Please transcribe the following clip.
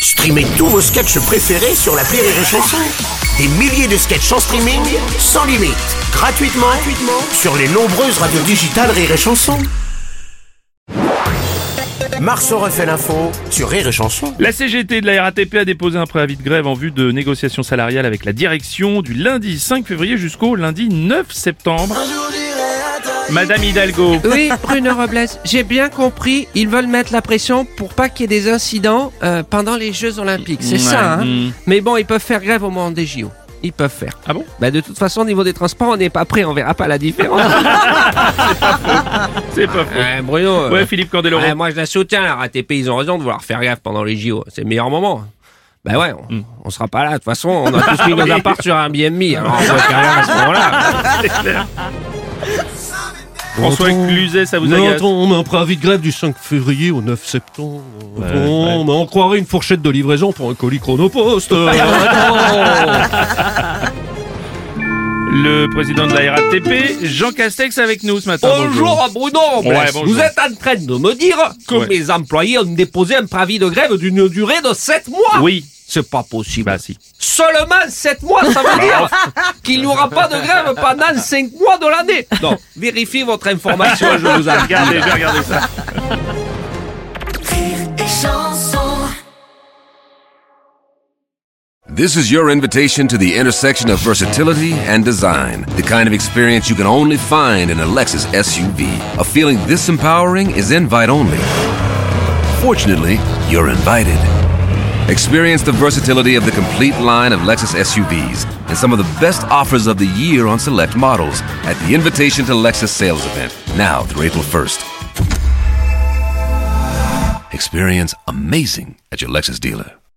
Streamez tous vos sketchs préférés sur l'appli Rire et Chanson. Des milliers de sketchs en streaming, sans limite, gratuitement sur les nombreuses radios digitales Rire et Chanson. Marceau refait l'info sur Rire et Chanson. La CGT de la RATP a déposé un préavis de grève en vue de négociations salariales avec la direction du lundi 5 février jusqu'au lundi 9 septembre. Madame Hidalgo. Oui, Bruno Robles, j'ai bien compris, ils veulent mettre la pression pour pas qu'il y ait des incidents pendant les Jeux Olympiques, c'est ça, hein. Mais bon, ils peuvent faire grève au moment des JO. Ils peuvent faire. Ah bon? Bah de toute façon, au niveau des transports, on n'est pas prêt, on verra pas la différence. C'est pas faux. Bruno. Ouais, Philippe Candeloro. Moi je la soutiens, la RATP, ils ont raison de vouloir faire grève pendant les JO. C'est le meilleur moment. Bah ouais, on sera pas là. De toute façon, on a tous mis nos apparts sur Airbnb. Alors on va faire grève à ce moment-là. C'est clair. François Cluzet, ça vous agace? On met un préavis de grève du 5 février au 9 septembre. Ouais. Mais on croirait une fourchette de livraison pour un colis Chronopost. Le président de la RATP, Jean Castex, avec nous ce matin. Bonjour Bruno Robles. Ouais, bonjour. Vous êtes en train de me dire que Ouais. mes employés ont déposé un préavis de grève d'une durée de 7 mois? Oui. C'est pas possible. Bah si. Seulement 7 mois, ça veut dire qu'il n'y aura pas de grève pendant 5 mois de l'année. Non, vérifiez votre information, je vous en Regardez, j'ai regardé ça. This is your invitation to the intersection of versatility and design. The kind of experience you can only find in a Lexus SUV. A feeling this empowering is invite only. Fortunately, you're invited. Experience the versatility of the complete line of Lexus SUVs and some of the best offers of the year on select models at the Invitation to Lexus sales event, now through April 1st. Experience amazing at your Lexus dealer.